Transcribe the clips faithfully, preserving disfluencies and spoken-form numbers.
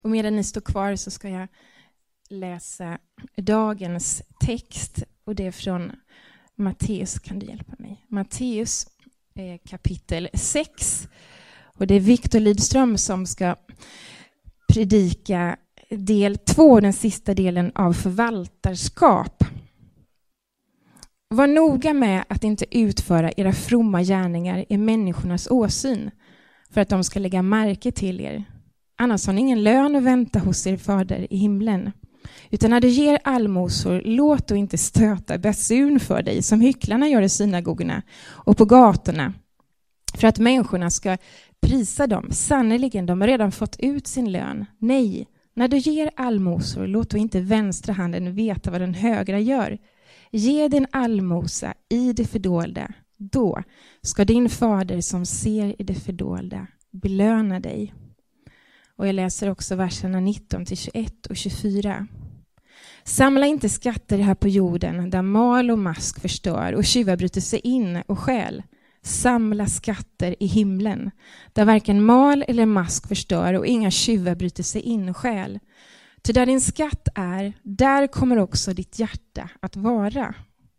Och medan ni står kvar så ska jag läsa dagens text. Och det är från Matteus. Kan du hjälpa mig? Matteus eh, kapitel sex. Och det är Viktor Lidström som ska predika del två, den sista delen av förvaltarskap. Var noga med att inte utföra era fromma gärningar i människornas åsyn för att de ska lägga märke till er. Annars har ni ingen lön att vänta hos er fader i himlen. Utan när du ger allmosor, låt då inte stöta basun för dig som hycklarna gör i synagogorna och på gatorna. För att människorna ska prisa dem. Sannoliken, de har redan fått ut sin lön. Nej, när du ger allmosor, låt då inte vänstra handen veta vad den högra gör. Ge din allmosa i det fördolda. Då ska din fader som ser i det fördolda belöna dig. Och jag läser också verserna nitton till tjugoett och tjugofyra. Samla inte skatter här på jorden där mal och mask förstör och tjuvar bryter sig in och stjäl. Samla skatter i himlen där varken mal eller mask förstör och inga tjuvar bryter sig in och stjäl. Ty där din skatt är, där kommer också ditt hjärta att vara.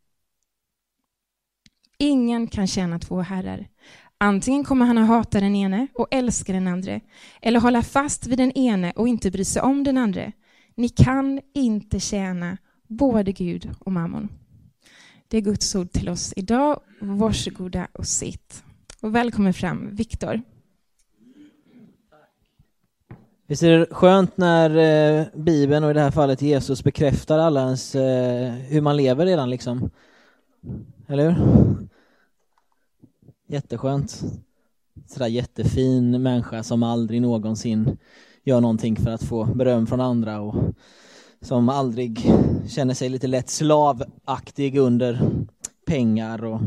Ingen kan tjäna två herrar. Antingen kommer han att hata den ene och älska den andra, eller hålla fast vid den ene och inte bry sig om den andra. Ni kan inte tjäna både Gud och mammon. Det är Guds ord till oss idag. Varsågoda och sitt. Och välkommen fram, Viktor. Visst är det skönt när eh, Bibeln och i det här fallet Jesus bekräftar alla ens eh, hur man lever redan liksom. Eller hur? Jätteskönt. Sådär jättefin människa som aldrig någonsin gör någonting för att få beröm från andra och som aldrig känner sig lite lätt slavaktig under pengar och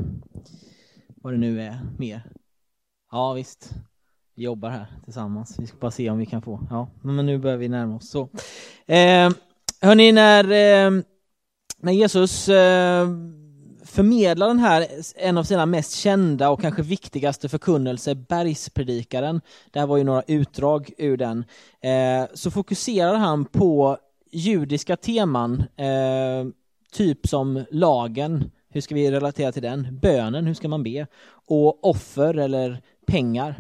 vad det nu är mer. Ja visst, vi jobbar här tillsammans. Vi ska bara se om vi kan få. Ja, men nu börjar vi närma oss så. Eh, hörni, när, eh, när Jesus eh, förmedlar den här, en av sina mest kända och kanske viktigaste förkunnelse, bergspredikaren, det här var ju några utdrag ur den, eh, så fokuserar han på judiska teman, eh, typ som lagen, hur ska vi relatera till den, bönen, hur ska man be, och offer eller pengar.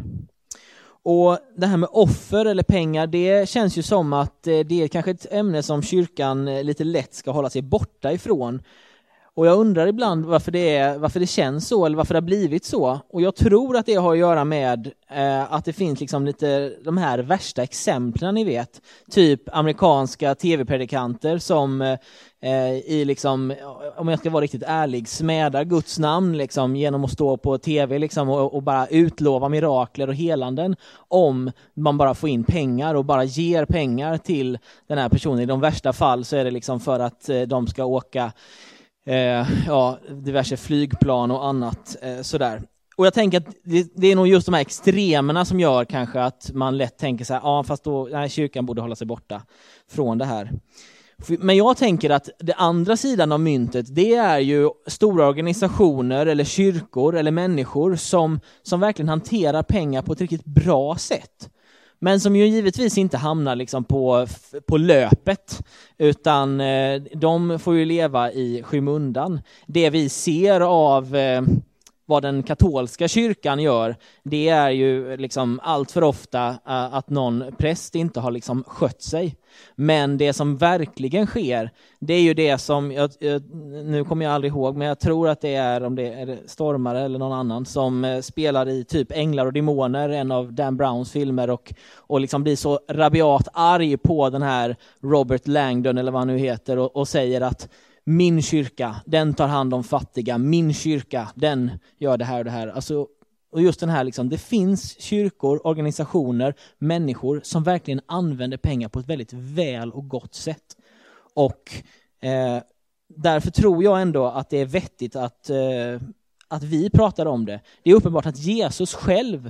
Och det här med offer eller pengar, det känns ju som att det är kanske ett ämne som kyrkan lite lätt ska hålla sig borta ifrån. Och jag undrar ibland varför det, är, varför det känns så eller varför det har blivit så. Och jag tror att det har att göra med eh, att det finns liksom lite de här värsta exemplen ni vet. Typ amerikanska tv-predikanter som eh, i liksom, om jag ska vara riktigt ärlig, smädar Guds namn liksom, genom att stå på tv liksom, och, och bara utlova mirakler och helanden om man bara får in pengar och bara ger pengar till den här personen. I de värsta fall så är det liksom för att eh, de ska åka Eh, ja, diverse flygplan och annat eh, sådär. Och jag tänker att det, det är nog just de här extremerna som gör kanske att man lätt tänker så här, ja fast då, nej, kyrkan borde hålla sig borta från det här. Men jag tänker att det andra sidan av myntet, det är ju stora organisationer eller kyrkor eller människor som, som verkligen hanterar pengar på ett riktigt bra sätt. Men som ju givetvis inte hamnar liksom på, på löpet, utan eh, de får ju leva i skymundan. Det vi ser av eh, vad den katolska kyrkan gör, det är ju liksom allt för ofta uh, att någon präst inte har liksom skött sig. Men det som verkligen sker, det är ju det som, jag, jag, nu kommer jag aldrig ihåg, men jag tror att det är, om det är Stormare eller någon annan, som uh, spelar i typ Änglar och Demoner, en av Dan Browns filmer, och, och liksom blir så rabiat arg på den här Robert Langdon eller vad han nu heter, och, och säger att min kyrka, den tar hand om fattiga. Min kyrka, den gör det här och det här. Alltså, och just den här, liksom, det finns kyrkor, organisationer, människor som verkligen använder pengar på ett väldigt väl och gott sätt. Och eh, därför tror jag ändå att det är vettigt att, eh, att vi pratar om det. Det är uppenbart att Jesus själv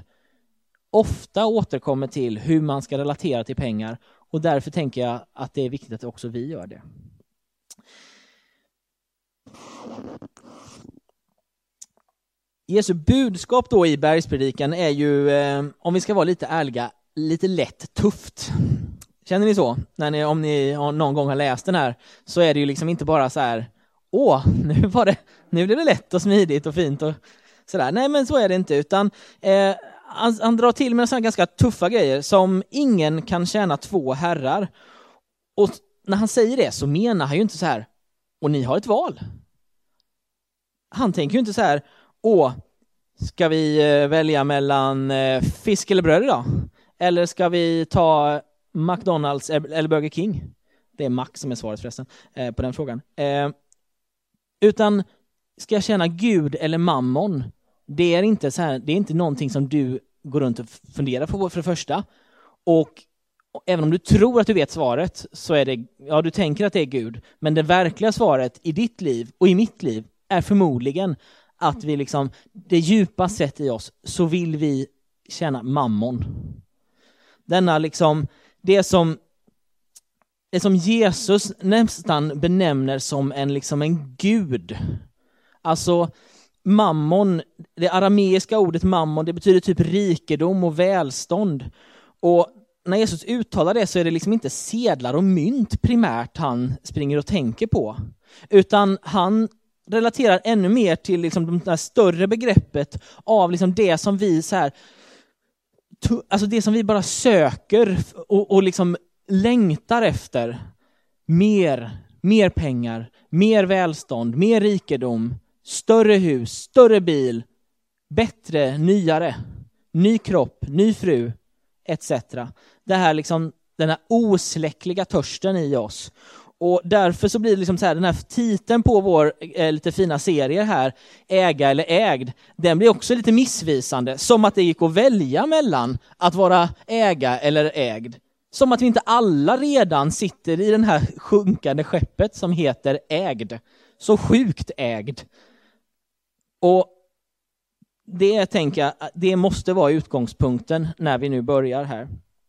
ofta återkommer till hur man ska relatera till pengar. Och därför tänker jag att det är viktigt att också vi gör det. Jesu budskap då i bergspredikan är ju, eh, om vi ska vara lite ärliga, lite lätt tufft. Känner ni så? När ni, om ni har någon gång har läst den här, så är det ju liksom inte bara så här, åh, nu var det, nu blev det lätt och smidigt och fint och sådär. Nej, men så är det inte, utan eh, han, han drar till med sådana ganska tuffa grejer som ingen kan tjäna två herrar. Och när han säger det så menar han ju inte så här, och ni har ett val. Han tänker ju inte så här, åh, ska vi eh, välja mellan eh, fisk eller bröd idag? Eller ska vi ta McDonalds eller Burger King? Det är Mac som är svaret förresten eh, på den frågan. Eh, utan ska jag tjäna Gud eller mammon? Det är inte så här, det är inte någonting som du går runt och funderar på för det första. Och, och även om du tror att du vet svaret så är det, ja, du tänker att det är Gud. Men det verkliga svaret i ditt liv och i mitt liv är förmodligen att vi liksom, det djupa sätt i oss så vill vi tjäna mammon. Denna liksom, det som det som Jesus nästan benämner som en liksom en gud. Alltså mammon, det arameiska ordet mammon, det betyder typ rikedom och välstånd. Och när Jesus uttalar det så är det liksom inte sedlar och mynt primärt han springer och tänker på. Utan han relaterar ännu mer till liksom det här större begreppet av liksom det som vi så här, alltså det som vi bara söker och, och liksom längtar efter. Mer, mer pengar, mer välstånd, mer rikedom, större hus, större bil, bättre, nyare, ny kropp, ny fru, et cetera. Det här liksom, den här osläckliga törsten i oss. Och därför så blir det liksom så här, den här titeln på vår eh, lite fina serie här, äga eller ägd, den blir också lite missvisande. Som att det gick att välja mellan att vara äga eller ägd. Som att vi inte alla redan sitter i den här sjunkande skeppet som heter ägd. Så sjukt ägd. Och det tänker jag, det måste vara utgångspunkten när vi nu börjar här.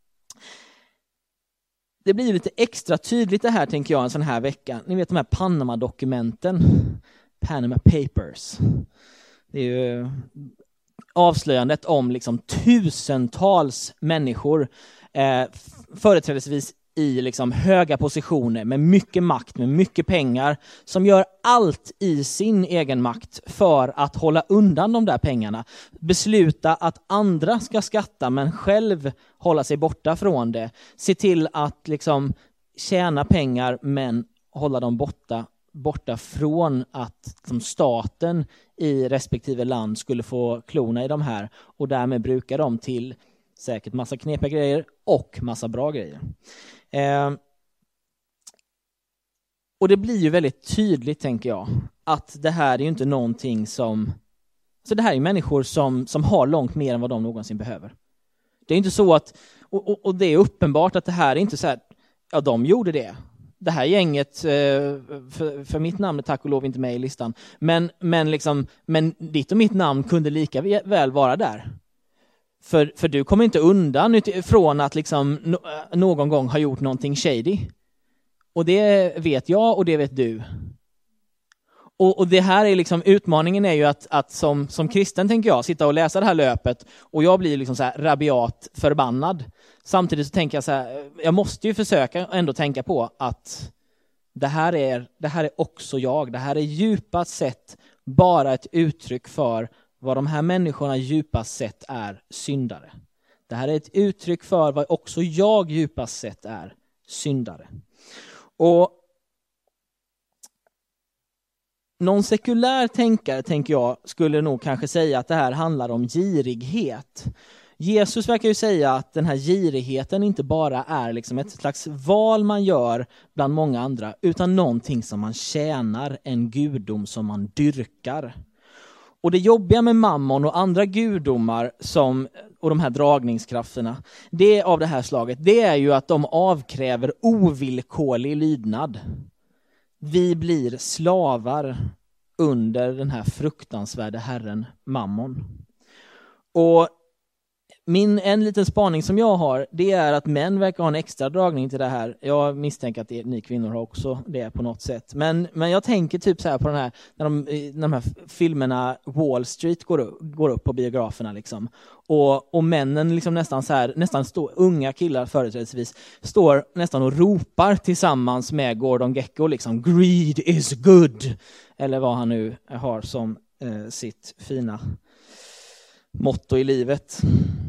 Det blir lite extra tydligt det här, tänker jag, en sån här vecka. Ni vet de här Panama-dokumenten. Panama Papers. Det är ju avslöjandet om liksom tusentals människor. Eh, företrädesvis i liksom höga positioner med mycket makt, med mycket pengar. Som gör allt i sin egen makt för att hålla undan de där pengarna. Besluta att andra ska skatta men själv hålla sig borta från det. Se till att liksom tjäna pengar men hålla dem borta, borta från att liksom staten i respektive land skulle få klona i de här. Och därmed bruka dem till säkert massa knepiga grejer och massa bra grejer. Eh, och det blir ju väldigt tydligt, tänker jag, att det här är ju inte någonting som... Så det här är människor som, som har långt mer än vad de någonsin behöver. Det är inte så att... Och, och, och det är uppenbart att det här är inte så här... Ja, de gjorde det. Det här gänget, eh, för, för mitt namn är tack och lov inte med i listan. Men, men, liksom, men ditt och mitt namn kunde lika väl vara där. För, för du kommer inte undan från att liksom no, någon gång ha gjort någonting shady. Och det vet jag och det vet du. Och, och det här är liksom, utmaningen är ju att, att som, som kristen, tänker jag, sitta och läsa det här löpet och jag blir liksom så här rabiat förbannad. Samtidigt så tänker jag så här, jag måste ju försöka ändå tänka på att det här är, det här är också jag. Det här är djupast sett bara ett uttryck för vad de här människorna djupast sett är syndare. Det här är ett uttryck för vad också jag djupast sett är syndare. Och någon sekulär tänkare, tänker jag, skulle nog kanske säga att det här handlar om girighet. Jesus verkar ju säga att den här girigheten inte bara är liksom ett slags val man gör bland många andra, utan någonting som man tjänar, en gudom som man dyrkar. Och det jobbiga med mammon och andra gudomar som, och de här dragningskrafterna, det av det här slaget, det är ju att de avkräver ovillkorlig lydnad. Vi blir slavar under den här fruktansvärda herren mammon. Och min, en liten spaning som jag har, det är att män verkar ha en extra dragning till det här. Jag misstänker att det, ni kvinnor har också det på något sätt. Men, men jag tänker typ så här på den här, när de, när de här filmerna Wall Street går upp, går upp på biograferna liksom. Och, och männen liksom nästan så här, nästan stå, unga killar företrädesvis, står nästan och ropar tillsammans med Gordon Gekko liksom, greed is good. Eller vad han nu har som eh, sitt fina motto i livet.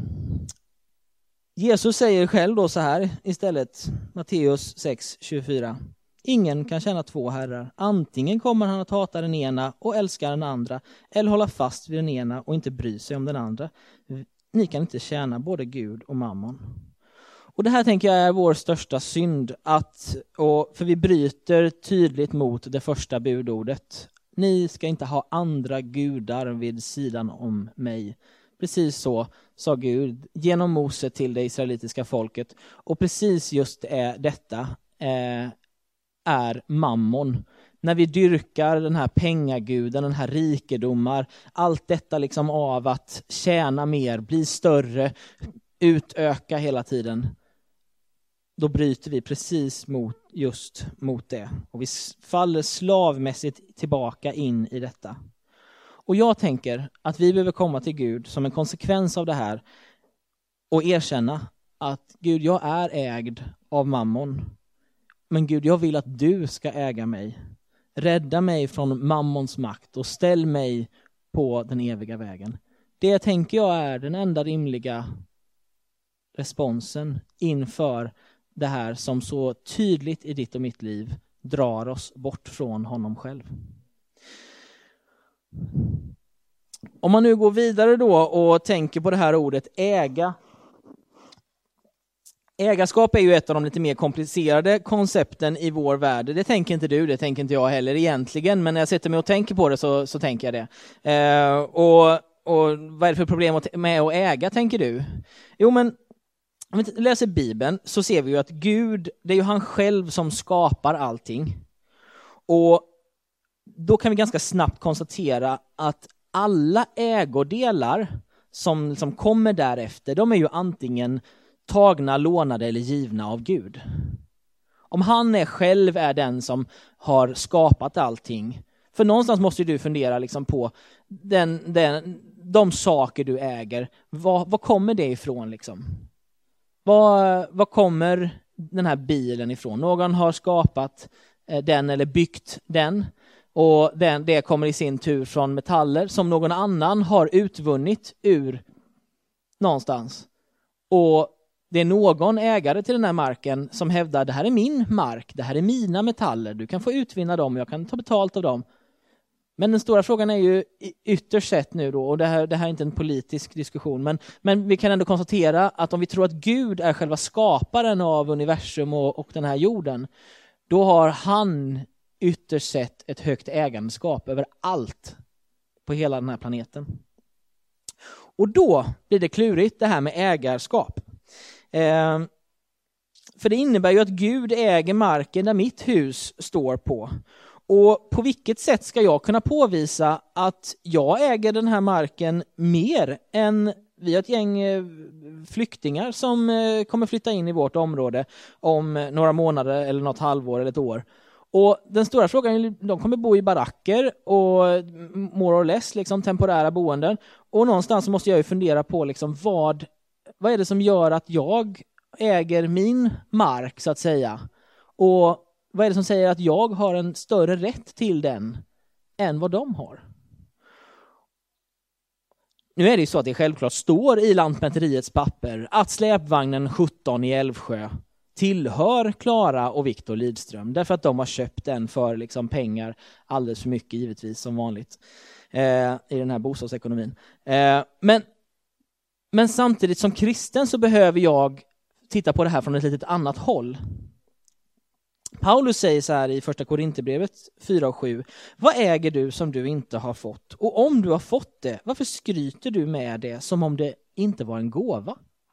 Jesus säger själv då så här istället, Matteus sex tjugofyra. Ingen kan tjäna två herrar. Antingen kommer han att hata den ena och älska den andra, eller hålla fast vid den ena och inte bry sig om den andra. Ni kan inte tjäna både Gud och mammon. Och det här tänker jag är vår största synd, att, och, för vi bryter tydligt mot det första budordet. Ni ska inte ha andra gudar vid sidan om mig. Precis så sa Gud genom Mose till det israelitiska folket. Och precis just är detta eh, är mammon. När vi dyrkar den här pengaguden, den här rikedomar, allt detta liksom av att tjäna mer, bli större, utöka hela tiden. Då bryter vi precis mot just mot det. Och vi faller slavmässigt tillbaka in i detta. Och jag tänker att vi behöver komma till Gud som en konsekvens av det här och erkänna att Gud, jag är ägd av mammon. Men Gud, jag vill att du ska äga mig. Rädda mig från mammons makt och ställ mig på den eviga vägen. Det tänker jag är den enda rimliga responsen inför det här som så tydligt i ditt och mitt liv drar oss bort från honom själv. Om man nu går vidare då och tänker på det här ordet äga. Ägarskap är ju ett av de lite mer komplicerade koncepten i vår värld. Det tänker inte du, det tänker inte jag heller egentligen. Men när jag sätter mig och tänker på det så, så tänker jag det. Eh, och, och vad är det för problem med att äga, tänker du? Jo, men om vi läser Bibeln så ser vi ju att Gud, det är ju han själv som skapar allting. Och då kan vi ganska snabbt konstatera att alla ägodelar som, som kommer därefter, de är ju antingen tagna, lånade eller givna av Gud. Om han är själv är den som har skapat allting. För någonstans måste du fundera liksom på den, den, de saker du äger. Vad, vad kommer det ifrån liksom? Vad, vad kommer den här bilen ifrån? Någon har skapat den eller byggt den. Och den, det kommer i sin tur från metaller som någon annan har utvunnit ur någonstans. Och det är någon ägare till den här marken som hävdar det här är min mark, det här är mina metaller, du kan få utvinna dem, jag kan ta betalt av dem. Men den stora frågan är ju ytterst sett nu då, och det här, det här är inte en politisk diskussion, men, men vi kan ändå konstatera att om vi tror att Gud är själva skaparen av universum och, och den här jorden, då har han ytterst sett ett högt ägandeskap över allt på hela den här planeten. Och då blir det klurigt det här med ägarskap. Eh, för det innebär ju att Gud äger marken där mitt hus står på. Och på vilket sätt ska jag kunna påvisa att jag äger den här marken mer än vi har ett gäng flyktingar som kommer flytta in i vårt område om några månader eller något halvår eller ett år. Och den stora frågan är, de kommer bo i baracker och more or less liksom temporära boenden. Och någonstans så måste jag ju fundera på liksom vad, vad är det som gör att jag äger min mark så att säga. Och vad är det som säger att jag har en större rätt till den än vad de har? Nu är det ju så att det självklart står i Lantmäteriets papper att släpvagnen sjutton i Älvsjö tillhör Klara och Viktor Lidström. Därför att de har köpt den för liksom pengar alldeles för mycket givetvis som vanligt eh, i den här bostadsekonomin. Eh, men, men samtidigt som kristen så behöver jag titta på det här från ett litet annat håll. Paulus säger så här i första Korinthierbrevet fyra och sju. Vad äger du som du inte har fått? Och om du har fått det, varför skryter du med det som om det inte var en gåva?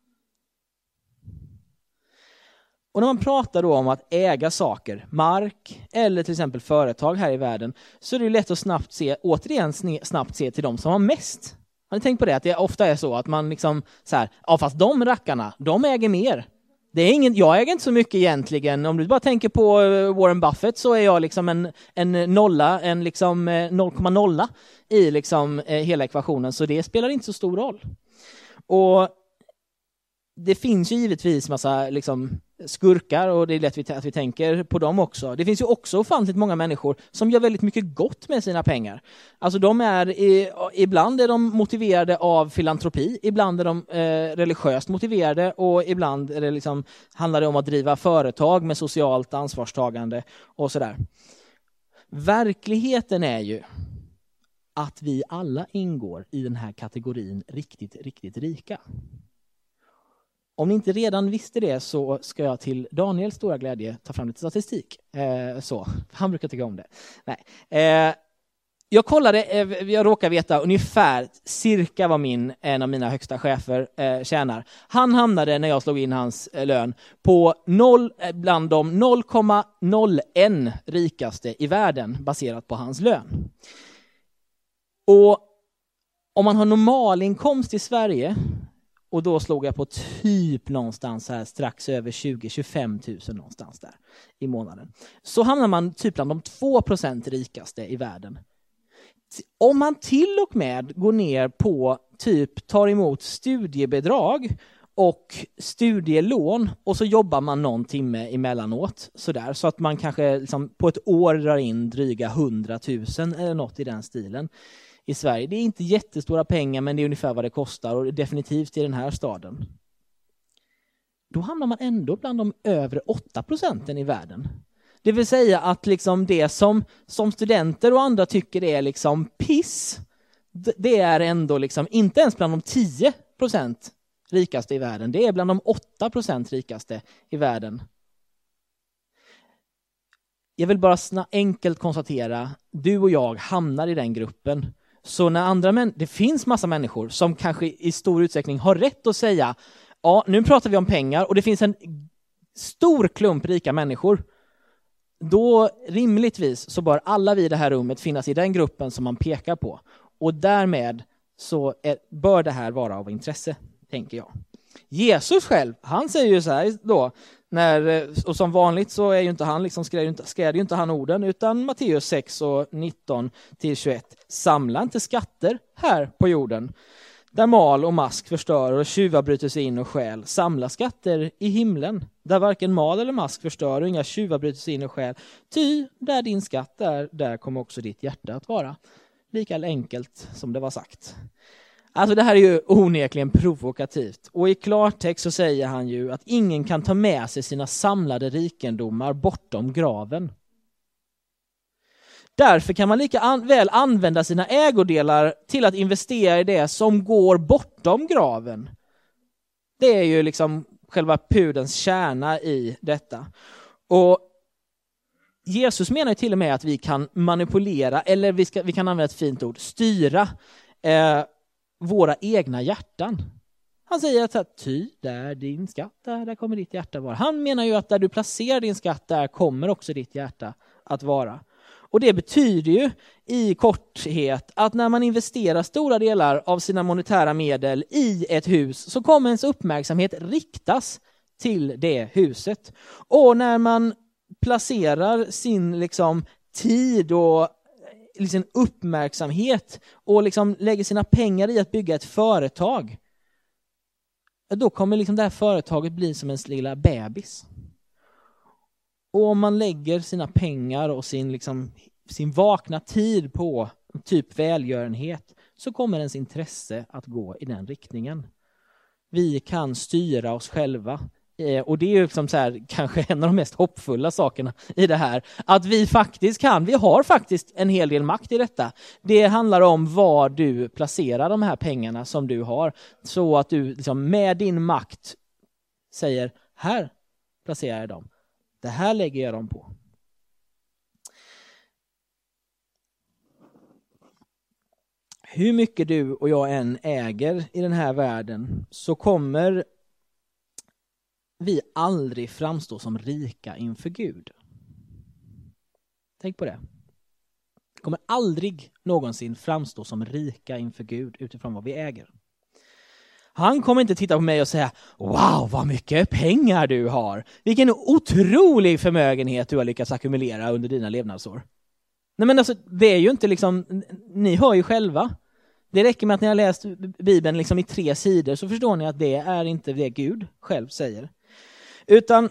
Och när man pratar då om att äga saker, mark eller till exempel företag här i världen, så är det ju lätt att snabbt se, återigen snabbt se till de som har mest. Har ni tänkt på det? Att det ofta är så att man liksom så här, ja fast de rackarna, de äger mer. Det är ingen, jag äger inte så mycket egentligen. Om du bara tänker på Warren Buffett så är jag liksom en, en nolla, en liksom noll komma noll i liksom hela ekvationen. Så det spelar inte så stor roll. Och det finns ju givetvis massa liksom skurkar och det är lätt att vi tänker på dem också. Det finns ju också ofantligt många människor som gör väldigt mycket gott med sina pengar. Alltså de är, ibland är de motiverade av filantropi, ibland är de eh, religiöst motiverade och ibland är det liksom, handlar det om att driva företag med socialt ansvarstagande och sådär. Verkligheten är ju att vi alla ingår i den här kategorin riktigt, riktigt rika. Om ni inte redan visste det så ska jag till Daniels stora glädje ta fram lite statistik. Eh, så, han brukar tycka om det. Nej. Eh, jag kollade, eh, jag råkar veta ungefär cirka vad min, en av mina högsta chefer eh, tjänar. Han hamnade när jag slog in hans eh, lön på noll, eh, bland de noll komma noll ett rikaste i världen baserat på hans lön. Och om man har normalinkomst i Sverige, och då slog jag på typ någonstans här strax över tjugo till tjugofem tusen någonstans där i månaden. Så hamnar man typ bland de två procent rikaste i världen. Om man till och med går ner på typ tar emot studiebidrag och studielån och så jobbar man någon timme emellanåt sådär, så att man kanske liksom på ett år drar in dryga hundratusen eller något i den stilen. I Sverige. Det är inte jättestora pengar, men det är ungefär vad det kostar och definitivt i den här staden. Då hamnar man ändå bland de övre åtta procenten i världen. Det vill säga att liksom det som, som studenter och andra tycker är liksom piss, det är ändå liksom inte ens bland de tio procent rikaste i världen. Det är bland de åtta procent rikaste i världen. Jag vill bara snabbt enkelt konstatera, du och jag hamnar i den gruppen. Så när andra män, det finns massa människor som kanske i stor utsträckning har rätt att säga, ja, nu pratar vi om pengar och det finns en stor klump rika människor. Då rimligtvis så bör alla vi i det här rummet finnas i den gruppen som man pekar på. Och därmed så är, bör det här vara av intresse, tänker jag. Jesus själv, han säger ju så här då, när, och som vanligt så är ju inte han liksom skräder ju inte, skräder ju inte han orden, utan Matteus sex och nitton till tjugoett. Samla inte skatter här på jorden, där mal och mask förstör och tjuvar bryter sig in och stjäl. Samla skatter i himlen, där varken mal eller mask förstör och inga tjuvar bryter sig in och stjäl. Ty där din skatt är, där kommer också ditt hjärta att vara. Lika enkelt som det var sagt. Alltså det här är ju onekligen provokativt. Och i klartext så säger han ju att ingen kan ta med sig sina samlade rikedomar bortom graven. Därför kan man lika an- väl använda sina ägodelar till att investera i det som går bortom graven. Det är ju liksom själva pudens kärna i detta. Och Jesus menar ju till och med att vi kan manipulera, eller vi, ska, vi kan använda ett fint ord, styra eh, våra egna hjärtan. Han säger att så här, ty, där din skatt, där, där kommer ditt hjärta vara. Han menar ju att där du placerar din skatt, där kommer också ditt hjärta att vara. Och det betyder ju i korthet att när man investerar stora delar av sina monetära medel i ett hus så kommer ens uppmärksamhet riktas till det huset. Och när man placerar sin liksom tid och liksom uppmärksamhet och liksom lägger sina pengar i att bygga ett företag, då kommer liksom det här företaget bli som en lilla bebis. Och om man lägger sina pengar och sin, liksom, sin vakna tid på typ välgörenhet, så kommer ens intresse att gå i den riktningen. Vi kan styra oss själva. Eh, och det är ju liksom så här, kanske en av de mest hoppfulla sakerna i det här. Att vi faktiskt kan, vi har faktiskt en hel del makt i detta. Det handlar om var du placerar de här pengarna som du har. Så att du liksom med din makt säger, här placerar jag dem. Det här lägger jag dem på. Hur mycket du och jag än äger i den här världen så kommer vi aldrig framstå som rika inför Gud. Tänk på det. kommer aldrig någonsin framstå som rika inför Gud utifrån vad vi äger. Han kommer inte titta på mig och säga, wow, vad mycket pengar du har. Vilken otrolig förmögenhet du har lyckats ackumulera under dina levnadsår. Nej, men alltså, det är ju inte liksom, ni hör ju själva. Det räcker med att ni har läst Bibeln liksom i tre sidor, så förstår ni att det är inte det Gud själv säger. Utan,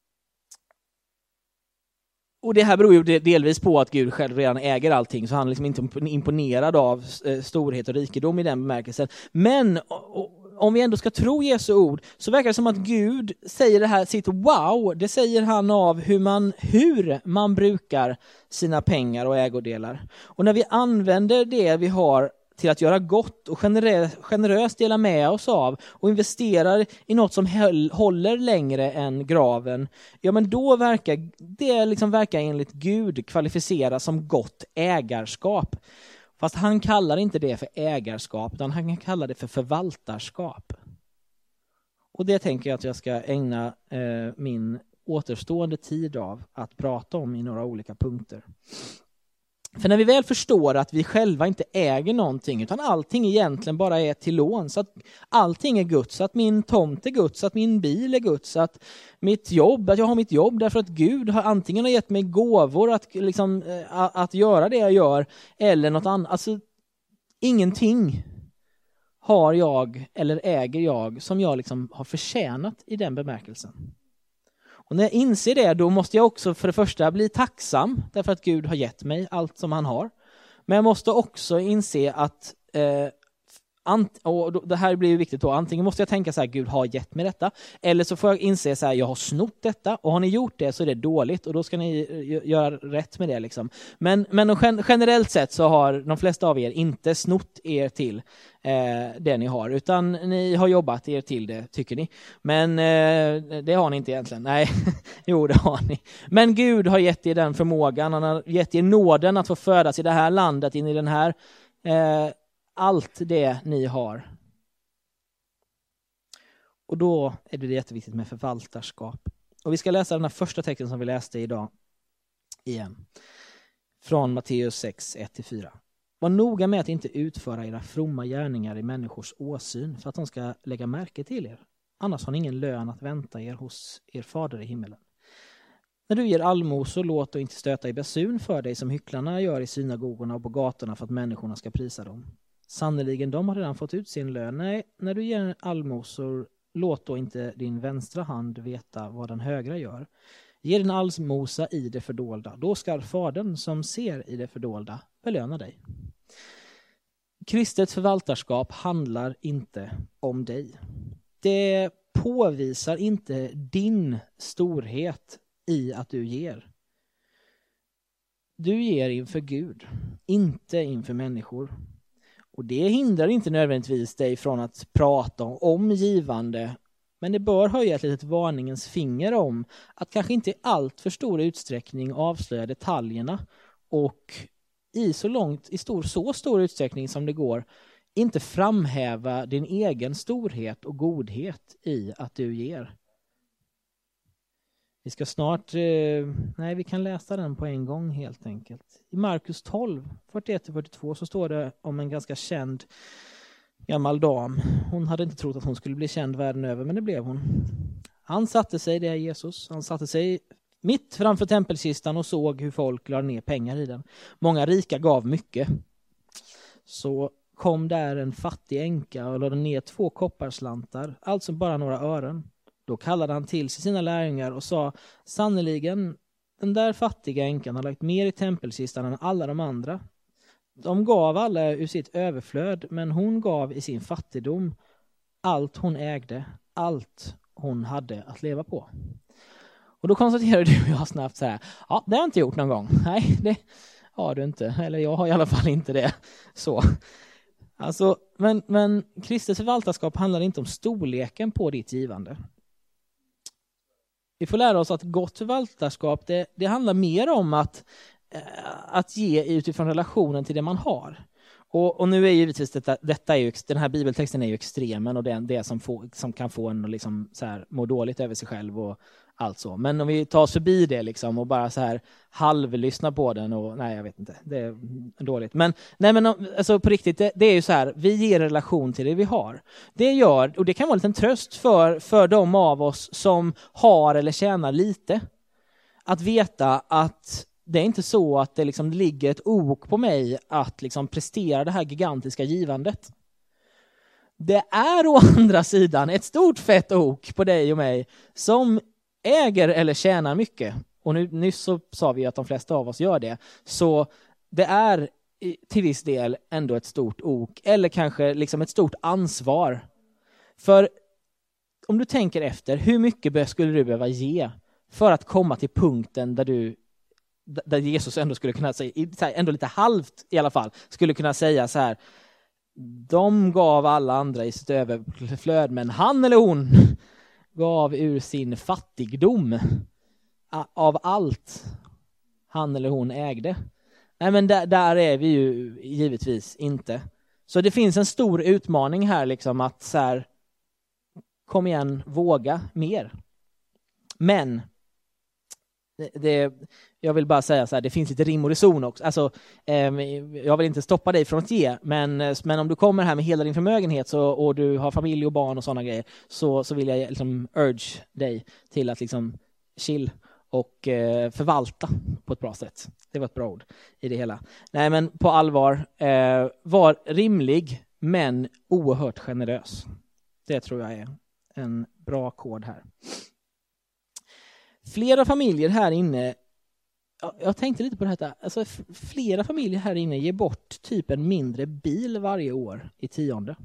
och det här beror ju delvis på att Gud själv redan äger allting, så han är liksom inte imponerad av storhet och rikedom i den bemärkelsen. Men om vi ändå ska tro Jesu ord, så verkar det som att Gud säger det här, sitt wow, det säger han av hur man, hur man brukar sina pengar och ägodelar. Och när vi använder det vi har till att göra gott och generöst, generöst dela med oss av och investerar i något som höll, håller längre än graven, ja, men då verkar det liksom verkar enligt Gud kvalificeras som gott ägarskap. Fast han kallar inte det för ägarskap, utan han kallar det för förvaltarskap. Och det tänker jag att jag ska ägna eh, min återstående tid av att prata om i några olika punkter. För när vi väl förstår att vi själva inte äger någonting, utan allting egentligen bara är till lån, så att allting är Guds, att min tomt är Guds, att min bil är Guds, att mitt jobb, att jag har mitt jobb därför att Gud har antingen har gett mig gåvor att, liksom, att, att göra det jag gör, eller något annat. Alltså, ingenting har jag eller äger jag som jag liksom har förtjänat i den bemärkelsen. Och när jag inser det, då måste jag också för det första bli tacksam därför att Gud har gett mig allt som han har. Men jag måste också inse att, eh, ant- och det här blir ju viktigt då, antingen måste jag tänka så här, Gud har gett mig detta, eller så får jag inse så här, jag har snott detta, och har ni gjort det så är det dåligt, och då ska ni göra rätt med det liksom. Men, men generellt sett så har de flesta av er inte snott er till eh, det ni har, utan ni har jobbat er till det, tycker ni. Men eh, det har ni inte egentligen. Nej, jo, det har ni. Men Gud har gett er den förmågan, han har gett er nåden att få födas i det här landet, in i den här eh, allt det ni har. Och då är det jätteviktigt med förvaltarskap. Och vi ska läsa den här första texten som vi läste idag igen. Från Matteus sex, ett till fyra. Var noga med att inte utföra era fromma gärningar i människors åsyn för att de ska lägga märke till er. Annars har ni ingen lön att vänta er hos er fader i himmelen. När du ger allmosor, låt då inte stöta i basun för dig som hycklarna gör i synagogorna och på gatorna för att människorna ska prisa dem. Sannoliken, de har redan fått ut sin lön. Nej, när du ger allmosor, låt då inte din vänstra hand veta vad den högra gör. Ge din allmosa i det fördolda. Då ska fadern som ser i det fördolda belöna dig. Kristet förvaltarskap handlar inte om dig. Det påvisar inte din storhet i att du ger. Du ger inför Gud, inte inför människor. Och det hindrar inte nödvändigtvis dig från att prata om givande, men det bör höja ett litet varningens finger om att kanske inte i allt för stor utsträckning avslöja detaljerna och i så långt, i stor, så stor utsträckning som det går, inte framhäva din egen storhet och godhet i att du ger. Vi ska snart, eh, nej vi kan läsa den på en gång helt enkelt. I Markus tolv, fyrtioett till fyrtiotvå så står det om en ganska känd gammal dam. Hon hade inte trott att hon skulle bli känd världen över, men det blev hon. Han satte sig, det är Jesus, han satte sig mitt framför tempelkistan och såg hur folk lade ner pengar i den. Många rika gav mycket. Så kom där en fattig änka och lade ner två kopparslantar, alltså bara några ören. Då kallade han till sig sina lärjungar och sa, sannoliken, den där fattiga änkan har lagt mer i tempelkistan än alla de andra. De gav alla ur sitt överflöd, men hon gav i sin fattigdom allt hon ägde, allt hon hade att leva på. Och då konstaterar du och jag snabbt så här, ja, det har jag inte gjort någon gång. Nej, det har du inte. Eller jag har i alla fall inte det. Så. Alltså, men, men kristet förvaltarskap handlar inte om storleken på ditt givande. Vi får lära oss att gott förvaltarskap, det, det handlar mer om att, äh, att ge utifrån relationen till det man har. Och, och nu är givetvis detta, detta är ju, den här bibeltexten är ju extremen och det är det som, får, som kan få en att liksom så här må dåligt över sig själv och alltså. Men om vi tar oss förbi det liksom och bara så här halvlyssna på den och nej, jag vet inte. Det är dåligt. Men nej, men alltså på riktigt, det, det är ju så här, vi ger relation till det vi har. Det gör, och det kan vara en liten tröst för för de av oss som har eller tjänar lite, att veta att det är inte så att det liksom ligger ett ok på mig att liksom prestera det här gigantiska givandet. Det är å andra sidan ett stort fett ok på dig och mig som äger eller tjänar mycket. Och nu, nyss så sa vi att de flesta av oss gör det. Så det är till viss del ändå ett stort ok. Eller kanske liksom ett stort ansvar. För om du tänker efter, hur mycket skulle du behöva ge för att komma till punkten där du där Jesus ändå skulle kunna säga, ändå lite halvt i alla fall, skulle kunna säga så här: de gav alla andra i sitt överflöd, men han eller hon gav ur sin fattigdom av allt han eller hon ägde. Nej, men där, där är vi ju givetvis inte. Så det finns en stor utmaning här liksom, att så här, kom igen, våga mer. Men det, det, jag vill bara säga så här, det finns lite rim och reson också. Alltså, eh, jag vill inte stoppa dig från att ge, men, men om du kommer här med hela din förmögenhet så, och du har familj och barn och sådana grejer, så, så vill jag liksom urge dig till att liksom chill och eh, förvalta på ett bra sätt. Det var ett bra ord i det hela. Nej, men på allvar, eh, var rimlig men oerhört generös. Det tror jag är en bra kod här. Flera familjer här inne, jag tänkte lite på det här, alltså flera familjer här inne ger bort typ en mindre bil varje år i tionde.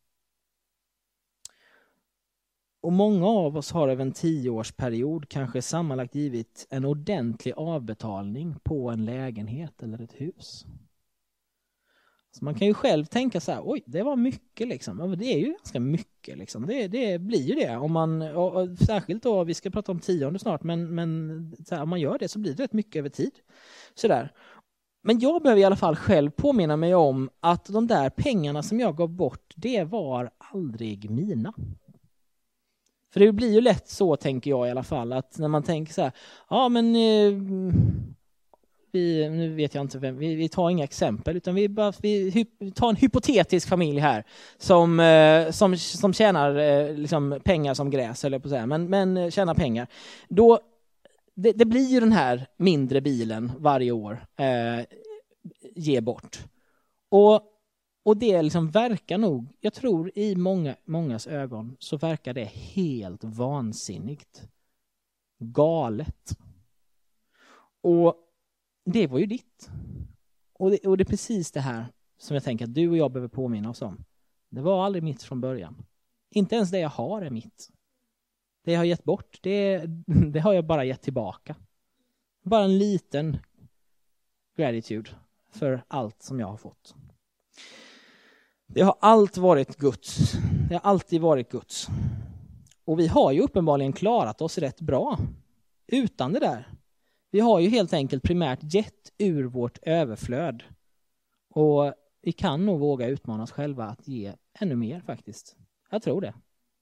Och många av oss har över en tioårsperiod kanske sammanlagt givit en ordentlig avbetalning på en lägenhet eller ett hus. Så man kan ju själv tänka så här, oj, det var mycket liksom. Det är ju ganska mycket liksom. Det, det blir ju det. Om man, och, och, särskilt då, vi ska prata om tionde snart, men, men så här, om man gör det så blir det rätt mycket över tid. Så där. Men jag behöver i alla fall själv påminna mig om att de där pengarna som jag gav bort, det var aldrig mina. För det blir ju lätt så, tänker jag i alla fall, att när man tänker så här, ja men eh, vi, nu vet jag inte vem, vi, vi tar inga exempel, utan vi, bara, vi hy, tar en hypotetisk familj här som, eh, som, som tjänar eh, liksom pengar som gräs, eller på så här, men, men tjänar pengar. Då, det, det blir ju den här mindre bilen varje år eh, ge bort. Och Och det liksom verkar nog, jag tror i många, mångas ögon så verkar det helt vansinnigt. Galet. Och det var ju ditt. Och det, och det är precis det här som jag tänker att du och jag behöver påminna oss om. Det var aldrig mitt från början. Inte ens det jag har är mitt. Det jag har gett bort, det, det har jag bara gett tillbaka. Bara en liten gratitude för allt som jag har fått. Det har allt varit Guds. Det har alltid varit Guds. Och vi har ju uppenbarligen klarat oss rätt bra utan det där. Vi har ju helt enkelt primärt gett ur vårt överflöd. Och vi kan nog våga utmana oss själva att ge ännu mer faktiskt. Jag tror det.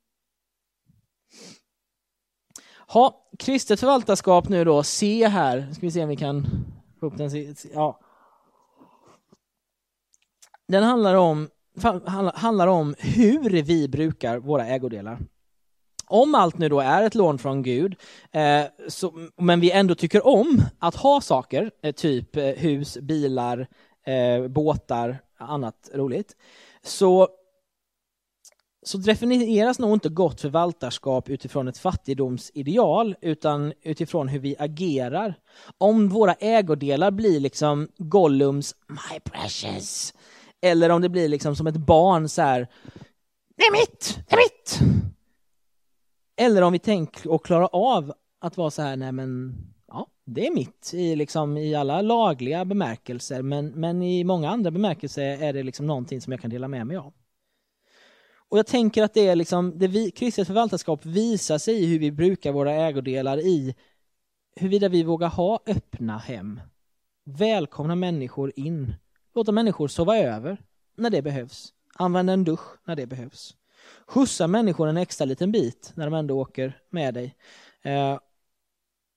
Ha, kristet förvaltarskap nu då. Se här. Ska vi se om vi kan få upp den. Ja. Den handlar om handlar om hur vi brukar våra ägodelar. Om allt nu då är ett lån från Gud, eh, så, men vi ändå tycker om att ha saker, eh, typ eh, hus, bilar, eh, båtar, annat roligt, så, så definieras nog inte gott förvaltarskap utifrån ett fattigdomsideal, utan utifrån hur vi agerar. Om våra ägodelar blir liksom Gollums my precious, eller om det blir liksom som ett barn så här, det är mitt, det är mitt. Eller om vi tänker och klarar av att vara så här, nej men ja, det är mitt i liksom i alla lagliga bemärkelser, men men i många andra bemärkelser är det liksom någonting som jag kan dela med mig av. Och jag tänker att det är liksom det vi kristet förvaltarskap visar sig i hur vi brukar våra ägodelar, i huruvida vi vågar ha öppna hem, välkomna människor in. Låta människor sova över när det behövs. Använda en dusch när det behövs. Skjutsa människor en extra liten bit när de ändå åker med dig. Eh,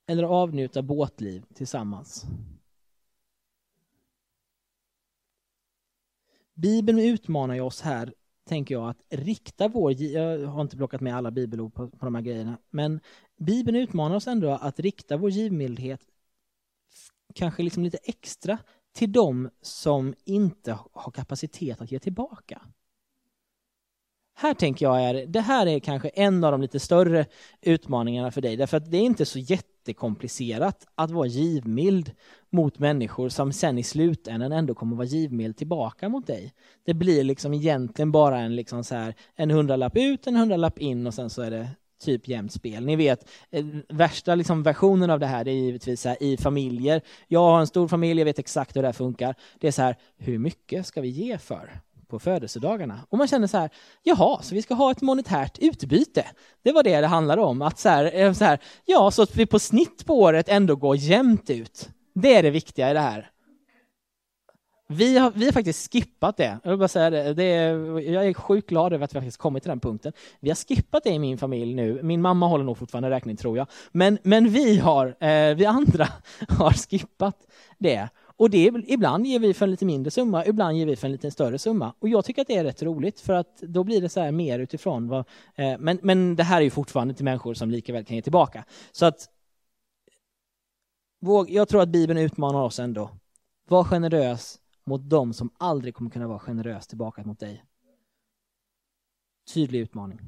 eller avnjuta båtliv tillsammans. Bibeln utmanar ju oss här, tänker jag, att rikta vår... Jag har inte plockat med alla bibelord på, på de här grejerna, men Bibeln utmanar oss ändå att rikta vår givmildhet kanske liksom lite extra till dem som inte har kapacitet att ge tillbaka. Här tänker jag är, det här är kanske en av de lite större utmaningarna för dig. Därför att det är inte så jättekomplicerat att vara givmild mot människor som sen i slutändan ändå kommer vara givmild tillbaka mot dig. Det blir liksom egentligen bara en, liksom så här, en hundralapp ut, en hundralapp in och sen så är det typ jämnt spel. Ni vet, värsta liksom versionen av det här det är givetvis så här, i familjer. Jag har en stor familj, jag vet exakt hur det här funkar. Det är så här, hur mycket ska vi ge för på födelsedagarna? Och man känner så här, jaha, så vi ska ha ett monetärt utbyte. Det var det det handlade om. Att så här, så här, ja, så att vi på snitt på året ändå går jämnt ut. Det är det viktiga i det här. Vi har, vi har faktiskt skippat det. Jag vill bara säga det. det är, jag är sjukt glad över att vi faktiskt kommit till den punkten. Vi har skippat det i min familj nu. Min mamma håller nog fortfarande räkning, tror jag. Men, men vi har, eh, vi andra har skippat det. Och det, ibland ger vi för en lite mindre summa, ibland ger vi för en lite större summa. Och jag tycker att det är rätt roligt, för att då blir det så här mer utifrån. Vad, eh, men, men det här är ju fortfarande till människor som lika väl kan ge tillbaka. Så att våg, jag tror att Bibeln utmanar oss ändå. Var generös mot dem som aldrig kommer kunna vara generös tillbaka mot dig. Tydlig utmaning.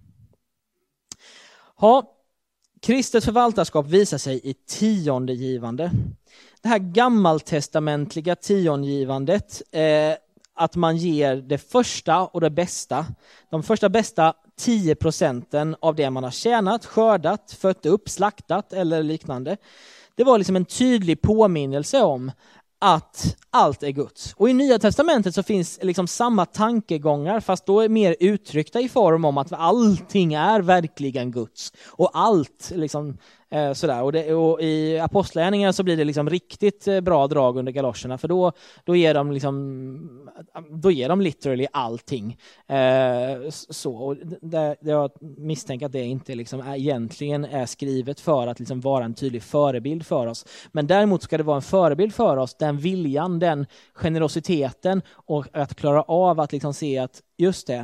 Ha, kristet förvaltarskap visar sig i tiondegivande. Det här gammaltestamentliga tiondegivandet, eh, att man ger det första och det bästa. De första bästa tio procenten av det man har tjänat, skördat, fött upp, slaktat eller liknande. Det var liksom en tydlig påminnelse om att allt är Guds. Och i Nya testamentet så finns liksom samma tankegångar, fast då är mer uttryckta i form om att allting är verkligen Guds. Och allt liksom eh, sådär. Och, det, och i Apostlagärningarna så blir det liksom riktigt eh, bra drag under galoscherna, för då, då ger de liksom då ger de literally allting. Eh, så. Och det, det jag misstänker att det inte liksom är, egentligen är skrivet för att liksom vara en tydlig förebild för oss. Men däremot ska det vara en förebild för oss, den viljan, den generositeten och att klara av att liksom se att just det,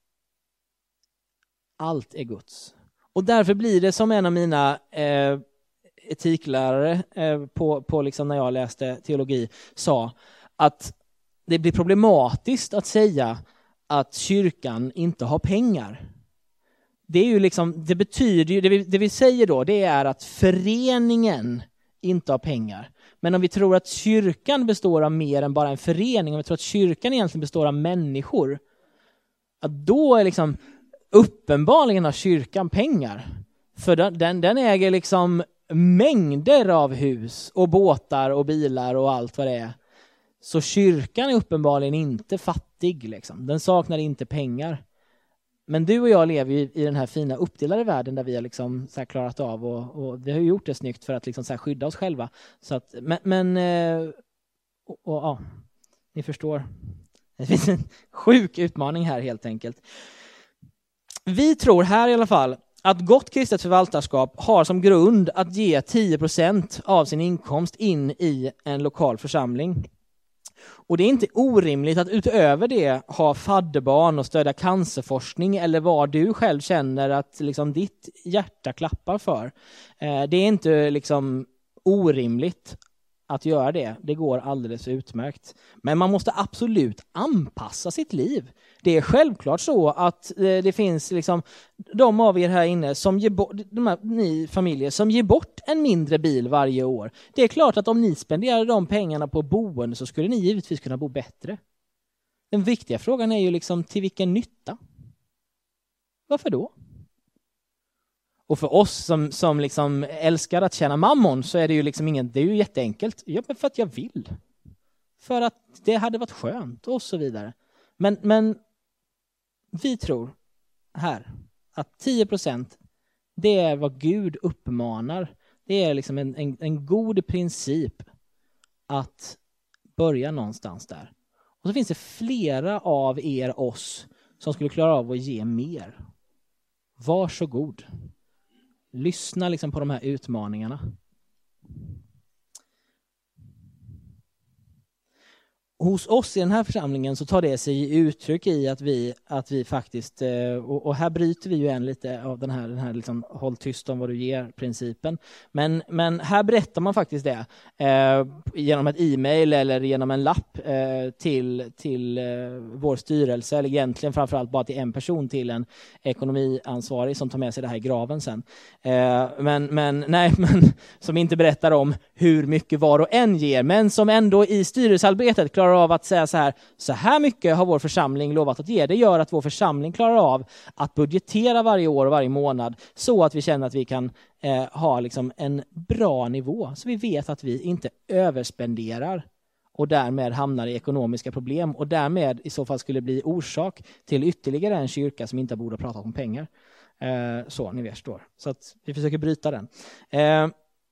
allt är Guds. Och därför blir det som en av mina eh, etiklärare eh, på, på liksom när jag läste teologi sa, att det blir problematiskt att säga att kyrkan inte har pengar. Det är ju liksom, det betyder ju, det vi, det vi säger då, det är att föreningen inte har pengar. Men om vi tror att kyrkan består av mer än bara en förening, om vi tror att kyrkan egentligen består av människor, att då är liksom uppenbarligen har kyrkan pengar. För den, den äger liksom mängder av hus och båtar och bilar och allt vad det är. Så kyrkan är uppenbarligen inte fattig. Liksom. Den saknar inte pengar. Men du och jag lever ju i den här fina uppdelade världen där vi har liksom så här klarat av och, och vi har gjort det snyggt för att liksom så här skydda oss själva. Så att, men, men och, och, ja, ni förstår. Det finns en sjuk utmaning här helt enkelt. Vi tror här i alla fall att gott kristet förvaltarskap har som grund att ge tio procent av sin inkomst in i en lokal församling. Och det är inte orimligt att utöver det ha fadderbarn och stödja cancerforskning eller vad du själv känner att liksom ditt hjärta klappar för. Det är inte liksom orimligt att göra det. Det går alldeles utmärkt. Men man måste absolut anpassa sitt liv. Det är självklart så att det finns liksom de av er här inne som ger bort, de här, ni familjer som ger bort en mindre bil varje år. Det är klart att om ni spenderar de pengarna på boende så skulle ni givetvis kunna bo bättre. Den viktiga frågan är ju liksom till vilken nytta? Varför då? Och för oss som, som liksom älskar att tjäna mammon så är det ju liksom ingen, det är ju jätteenkelt. Ja, men för att jag vill. För att det hade varit skönt och så vidare. Men, men vi tror här att tio procent det är vad Gud uppmanar. Det är liksom en, en, en god princip att börja någonstans där. Och så finns det flera av er oss som skulle klara av att ge mer. Varsågod. Lyssna liksom på de här utmaningarna. Hos oss i den här församlingen så tar det sig uttryck i att vi, att vi faktiskt, och, och här bryter vi ju en lite av den här, den här liksom, håll tyst om vad du ger-principen. Men, men här berättar man faktiskt det eh, genom ett e-mail eller genom en lapp eh, till, till eh, vår styrelse, eller egentligen framförallt bara till en person, till en ekonomiansvarig som tar med sig det här i graven sen. Eh, men, men, nej, men som inte berättar om hur mycket var och en ger, men som ändå i styrelsearbetet klarar av att säga så här, så här mycket har vår församling lovat att ge. Det gör att vår församling klarar av att budgetera varje år och varje månad så att vi känner att vi kan eh, ha liksom en bra nivå. Så vi vet att vi inte överspenderar och därmed hamnar i ekonomiska problem och därmed i så fall skulle bli orsak till ytterligare en kyrka som inte borde prata om pengar. Eh, så, ni förstår. Så att vi försöker bryta den. Eh,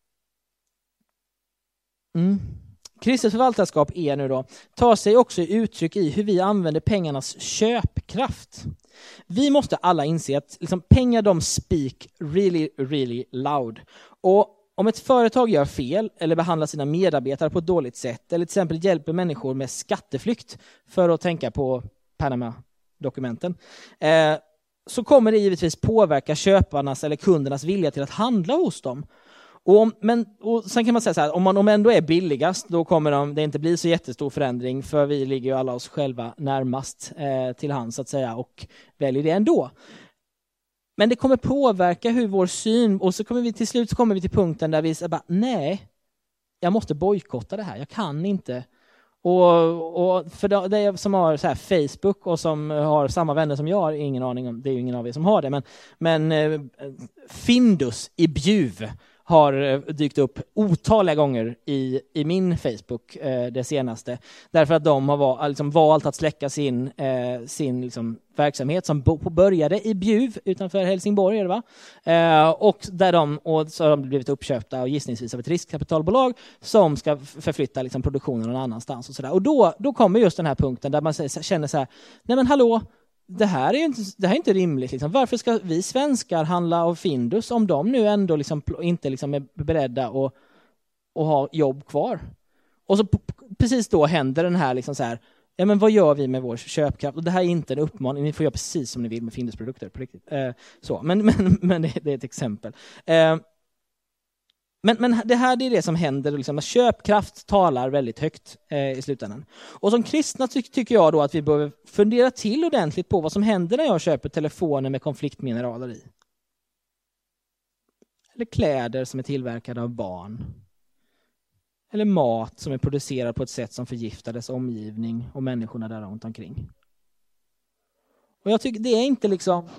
mm. Kristet förvaltarskap är nu då, tar sig också uttryck i hur vi använder pengarnas köpkraft. Vi måste alla inse att liksom, pengar de speak really, really loud. Och om ett företag gör fel eller behandlar sina medarbetare på ett dåligt sätt eller till exempel hjälper människor med skatteflykt, för att tänka på Panama-dokumenten, eh, så kommer det givetvis påverka köparnas eller kundernas vilja till att handla hos dem. Och, om, men, och sen kan man säga så här, om man om ändå är billigast, då kommer de, det inte bli så jättestor förändring, för vi ligger ju alla oss själva närmast eh, till hands så att säga, och väljer det ändå. Men det kommer påverka hur vår syn, och så kommer vi till slut så kommer vi till punkten där vi säger bara, nej, jag måste bojkotta det här, jag kan inte. Och, och för det som har så här Facebook och som har samma vänner som jag har ingen aning om, det är ju ingen av er som har det, men, men eh, Findus i Bjuv har dykt upp otaliga gånger i, i min Facebook eh, det senaste. Därför att de har var, liksom, valt att släcka sin, eh, sin liksom, verksamhet som bo, började i Bjuv utanför Helsingborg. Är det, va? Eh, och, där de, och så har de blivit uppköpta och gissningsvis av ett riskkapitalbolag som ska förflytta liksom, produktionen någon annanstans. Och, så där. Och då, då kommer just den här punkten där man känner så här, nej men hallå, det här är ju inte, det här är inte rimligt. Liksom. Varför ska vi svenskar handla av Findus om de nu ändå liksom inte liksom är beredda att, att ha jobb kvar? Och så p- precis då händer den här, liksom så här, ja men vad gör vi med vår köpkraft? Och det här är inte en uppmaning, ni får göra precis som ni vill med Findus produkter. På riktigt. Eh, så. Men, men, men det, det är ett exempel. Eh, Men, men det här det är det som händer, liksom, att köpkraft talar väldigt högt eh, i slutändan. Och som kristna ty- tycker jag då att vi behöver fundera till ordentligt på vad som händer när jag köper telefoner med konfliktmineraler i. Eller kläder som är tillverkade av barn. Eller mat som är producerad på ett sätt som förgiftar dess omgivning och människorna där runt omkring. Och jag tycker det är inte liksom...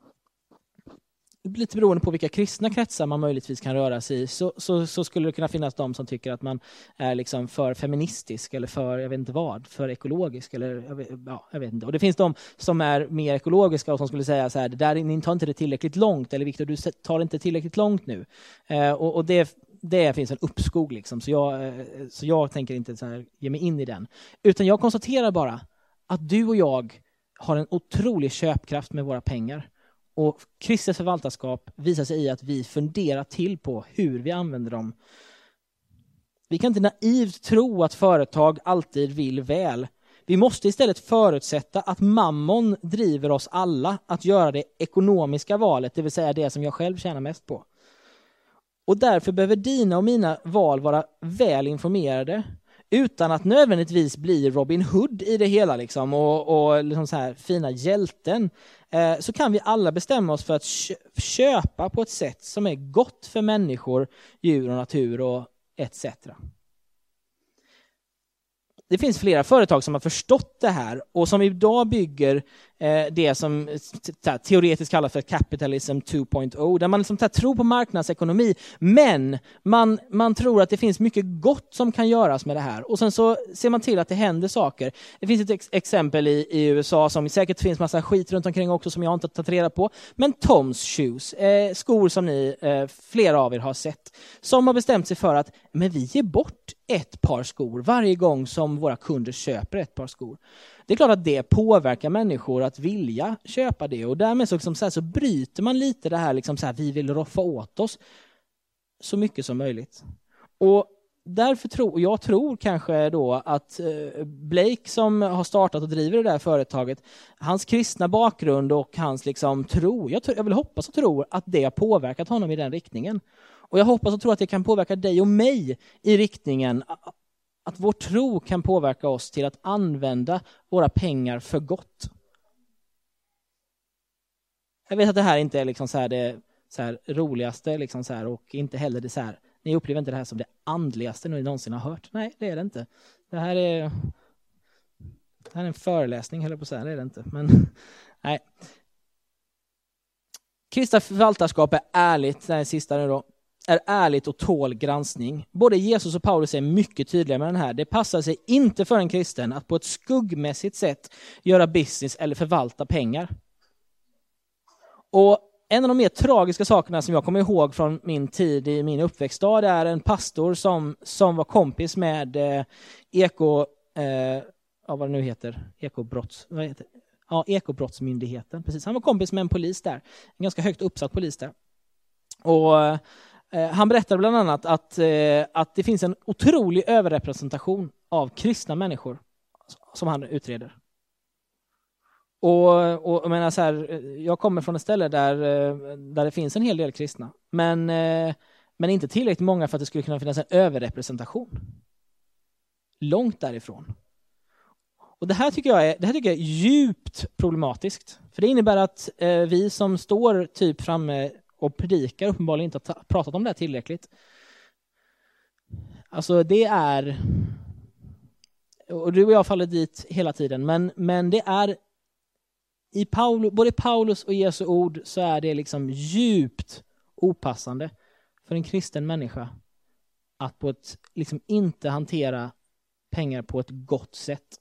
lite beroende på vilka kristna kretsar man möjligtvis kan röra sig i, så, så, så skulle det kunna finnas de som tycker att man är liksom för feministisk eller för, jag vet inte vad, för ekologisk eller jag vet, ja, jag vet inte. Och det finns de som är mer ekologiska och som skulle säga så här, det där, ni tar inte det tillräckligt långt, eller Victor, du tar det inte tillräckligt långt nu. Eh, och och det, det finns en uppskog liksom, så jag, så jag tänker inte så här, ge mig in i den. Utan jag konstaterar bara att du och jag har en otrolig köpkraft med våra pengar. Och kristet förvaltarskap visar sig i att vi funderar till på hur vi använder dem. Vi kan inte naivt tro att företag alltid vill väl. Vi måste istället förutsätta att mammon driver oss alla att göra det ekonomiska valet, det vill säga det som jag själv tjänar mest på. Och därför behöver dina och mina val vara väl informerade, utan att nödvändigtvis bli Robin Hood i det hela liksom, och, och liksom så här fina hjälten. Eh, så kan vi alla bestämma oss för att köpa på ett sätt som är gott för människor, djur och natur och et cetera. Det finns flera företag som har förstått det här och som idag bygger eh, det som t- teoretiskt kallas för capitalism två punkt noll, där man liksom t- tror på marknadsekonomi, men man, man tror att det finns mycket gott som kan göras med det här. Och sen så ser man till att det händer saker. Det finns ett ex- exempel i, i U S A som säkert finns massa skit runt omkring också som jag inte har tagit reda på. Men Tom's Shoes, eh, skor som ni, eh, flera av er har sett, som har bestämt sig för att men vi ger bort ett par skor varje gång som våra kunder köper ett par skor. Det är klart att det påverkar människor att vilja köpa det, och därmed så, liksom så, här, så bryter man lite det här, liksom så här, vi vill roffa åt oss så mycket som möjligt. Och därför tror jag tror kanske då att Blake som har startat och driver det där företaget, hans kristna bakgrund och hans liksom tro, jag, tror, jag vill hoppas och tro att det har påverkat honom i den riktningen. Och jag hoppas och tror att det kan påverka dig och mig i riktningen att vår tro kan påverka oss till att använda våra pengar för gott. Jag vet att det här inte är liksom så här det så här roligaste liksom så här, och inte heller det så här. Ni upplever inte det här som det andligaste ni någonsin har hört. Nej, det är det inte. Det här är, det här är en föreläsning, höll jag på att säga. Det är det inte. Men nej. Kristna förvaltarskap är ärligt, det här är sista nu då, är ärligt och tål granskning. Både Jesus och Paulus är mycket tydliga med den här. Det passar sig inte för en kristen att på ett skuggmässigt sätt göra business eller förvalta pengar. Och en av de mer tragiska sakerna som jag kommer ihåg från min tid i min uppväxtstad är en pastor som, som var kompis med eh, eko, eh, ja, vad det nu heter, ekobrotts, vad heter det? Ja, ekobrottsmyndigheten. Precis. Han var kompis med en polis där, en ganska högt uppsatt polis där. Och eh, han berättade bland annat att, eh, att det finns en otrolig överrepresentation av kristna människor som han utreder. Och, och jag menar så här, jag kommer från ett ställe där, där det finns en hel del kristna. Men, men inte tillräckligt många för att det skulle kunna finnas en överrepresentation. Långt därifrån. Och det här tycker jag är, det här tycker jag är djupt problematiskt. För det innebär att eh, vi som står typ framme och predikar uppenbarligen inte har pratat om det här tillräckligt. Alltså det är, och du och jag faller dit hela tiden, men, men det är i Paulus, både Paulus och Jesu ord så är det liksom djupt opassande för en kristen människa att på ett, liksom inte hantera pengar på ett gott sätt.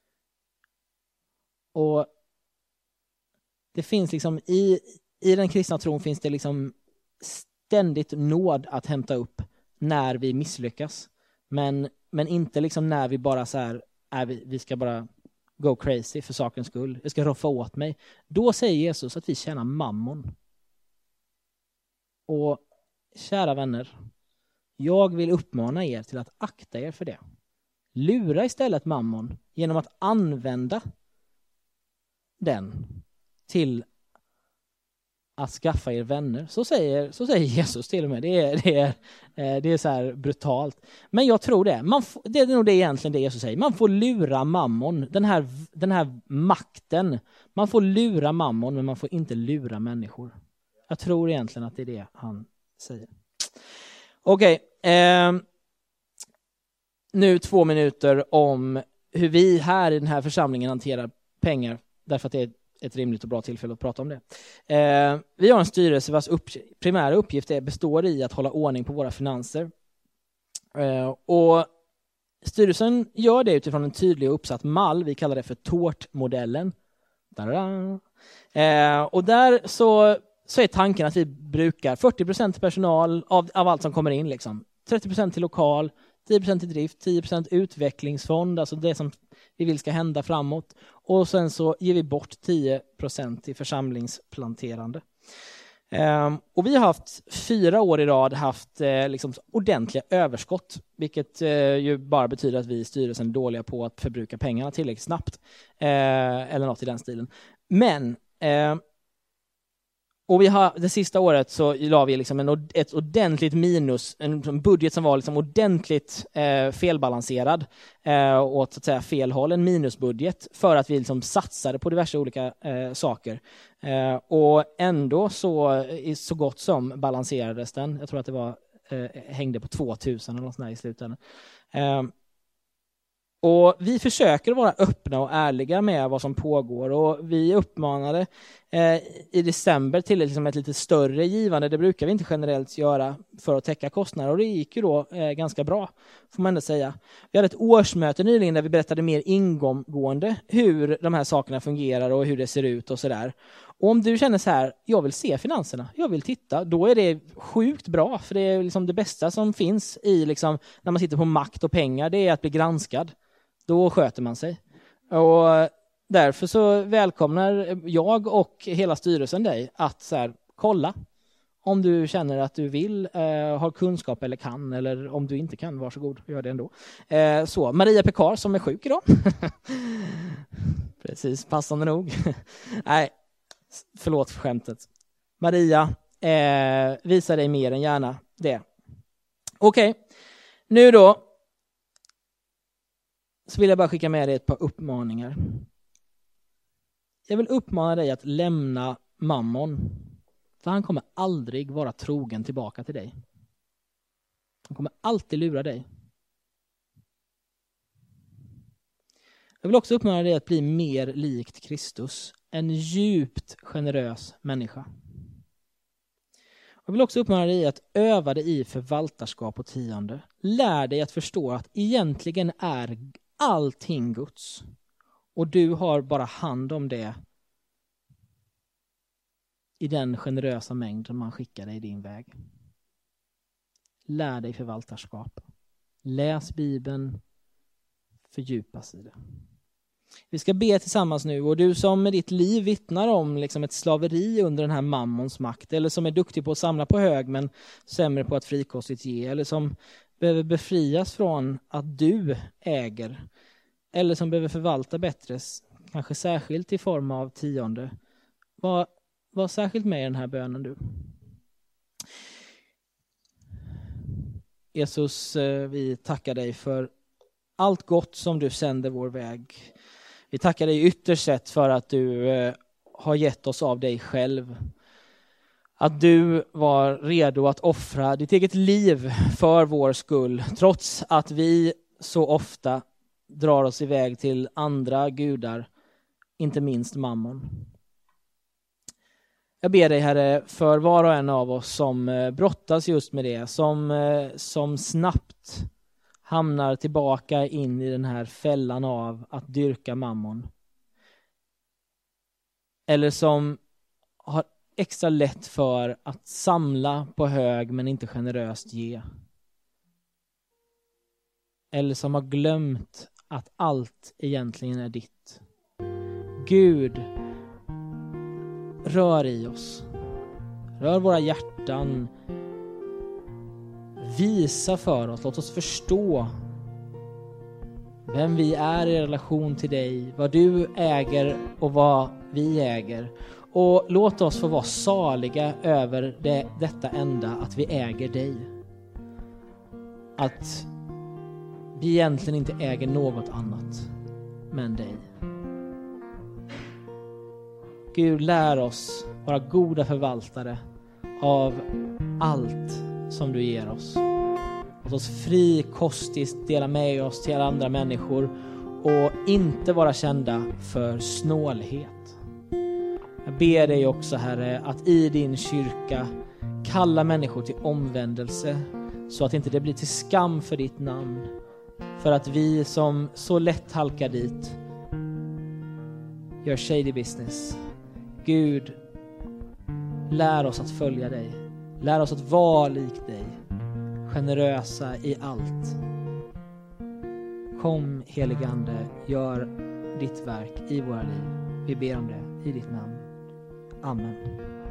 Och det finns liksom i, i den kristna tron finns det liksom ständigt nåd att hämta upp när vi misslyckas. Men, men inte liksom när vi bara så här, är vi, vi ska bara go crazy för sakens skull. Jag ska roffa åt mig. Då säger Jesus att vi tjänar mammon. Och kära vänner, jag vill uppmana er till att akta er för det. Lura istället mammon genom att använda den till att skaffa er vänner. Så säger, så säger Jesus till och med. Det är, det är, det är så här brutalt. Men jag tror det. Man får, det är nog det egentligen det Jesus säger. Man får lura mammon. Den här, den här makten. Man får lura mammon, men man får inte lura människor. Jag tror egentligen att det är det han säger. Okej. Okay, eh, nu två minuter om hur vi här i den här församlingen hanterar pengar. Därför att det är ett rimligt och bra tillfälle att prata om det. Eh, vi har en styrelse vars upp, primära uppgift är, består i att hålla ordning på våra finanser. Eh, och styrelsen gör det utifrån en tydlig och uppsatt mall. Vi kallar det för tårtmodellen. Eh, och där så, så är tanken att vi brukar fyrtio procent till personal av, av allt som kommer in. Liksom. trettio procent till lokal, tio procent till drift, tio procent utvecklingsfond, alltså det som vi vill ska hända framåt. Och sen så ger vi bort tio procent till församlingsplanterande. Um, och vi har haft fyra år i rad haft eh, liksom ordentliga överskott, vilket eh, ju bara betyder att vi i styrelsen är dåliga på att förbruka pengarna tillräckligt snabbt. Eh, eller något i den stilen. Men eh, och vi har, det sista året så la vi liksom en, ett ordentligt minus, en budget som var liksom ordentligt eh, felbalanserad eh, åt så att säga fel håll, en minusbudget för att vi liksom satsade på diverse olika eh, saker. Eh, och ändå så, så gott som balanserades den. Jag tror att det var, eh, hängde på tvåtusen eller något sånt där i slutändan. Eh, Och vi försöker vara öppna och ärliga med vad som pågår, och vi uppmanade eh, i december till liksom ett lite större givande. Det brukar vi inte generellt göra för att täcka kostnader, och det gick ju då eh, ganska bra, får man ändå säga. Vi hade ett årsmöte nyligen där vi berättade mer ingående hur de här sakerna fungerar och hur det ser ut och sådär. Och om du känner så här, jag vill se finanserna, jag vill titta, då är det sjukt bra, för det är liksom det bästa som finns i liksom, när man sitter på makt och pengar, det är att bli granskad. Då sköter man sig. Och därför så välkomnar jag och hela styrelsen dig att så här, kolla Om du känner att du vill, eh, har kunskap eller kan, eller om du inte kan, varsågod, gör det ändå. Eh, så, Maria Pekar som är sjuk idag. Precis, passande nog. Nej, förlåt för skämtet. Maria, eh, visa dig mer än gärna det. Okej, okay. Nu då så vill jag bara skicka med dig ett par uppmaningar. Jag vill uppmana dig att lämna mammon. För han kommer aldrig vara trogen tillbaka till dig. Han kommer alltid lura dig. Jag vill också uppmana dig att bli mer likt Kristus. En djupt generös människa. Jag vill också uppmana dig att öva dig i förvaltarskap och tionde. Lär dig att förstå att egentligen är allting Guds. Och du har bara hand om det i den generösa mängd man skickar dig i din väg. Lär dig förvaltarskap. Läs Bibeln. Fördjupas i det. Vi ska be tillsammans nu, och du som med ditt liv vittnar om liksom ett slaveri under den här mammons makt, eller som är duktig på att samla på hög men sämre på att frikostigt ge, eller som behöver befrias från att du äger, eller som behöver förvalta bättre, kanske särskilt i form av tionde. Var, var särskilt med i den här bönen du. Jesus, vi tackar dig för allt gott som du sänder vår väg. Vi tackar dig ytterst sett för att du har gett oss av dig själv. Att du var redo att offra ditt eget liv för vår skull. Trots att vi så ofta drar oss iväg till andra gudar. Inte minst mammon. Jag ber dig, Herre, för var och en av oss som brottas just med det. Som, som snabbt hamnar tillbaka in i den här fällan av att dyrka mammon. Eller som har extra lätt för att samla på hög men inte generöst ge. Eller som har glömt att allt egentligen är ditt. Gud, rör i oss. Rör våra hjärtan. Visa för oss, låt oss förstå vem vi är i relation till dig, vad du äger och vad vi äger. Och låt oss få vara saliga över det, detta enda, att vi äger dig. Att vi egentligen inte äger något annat men dig. Gud, lär oss vara goda förvaltare av allt som du ger oss. Låt oss frikostigt dela med oss till andra människor och inte vara kända för snålhet. Jag ber dig också, Herre, att i din kyrka kalla människor till omvändelse så att inte det blir till skam för ditt namn. För att vi som så lätt halkar dit gör shady business. Gud, lär oss att följa dig. Lär oss att vara lik dig. Generösa i allt. Kom, heligande, gör ditt verk i våra liv. Vi ber om det i ditt namn. Amen.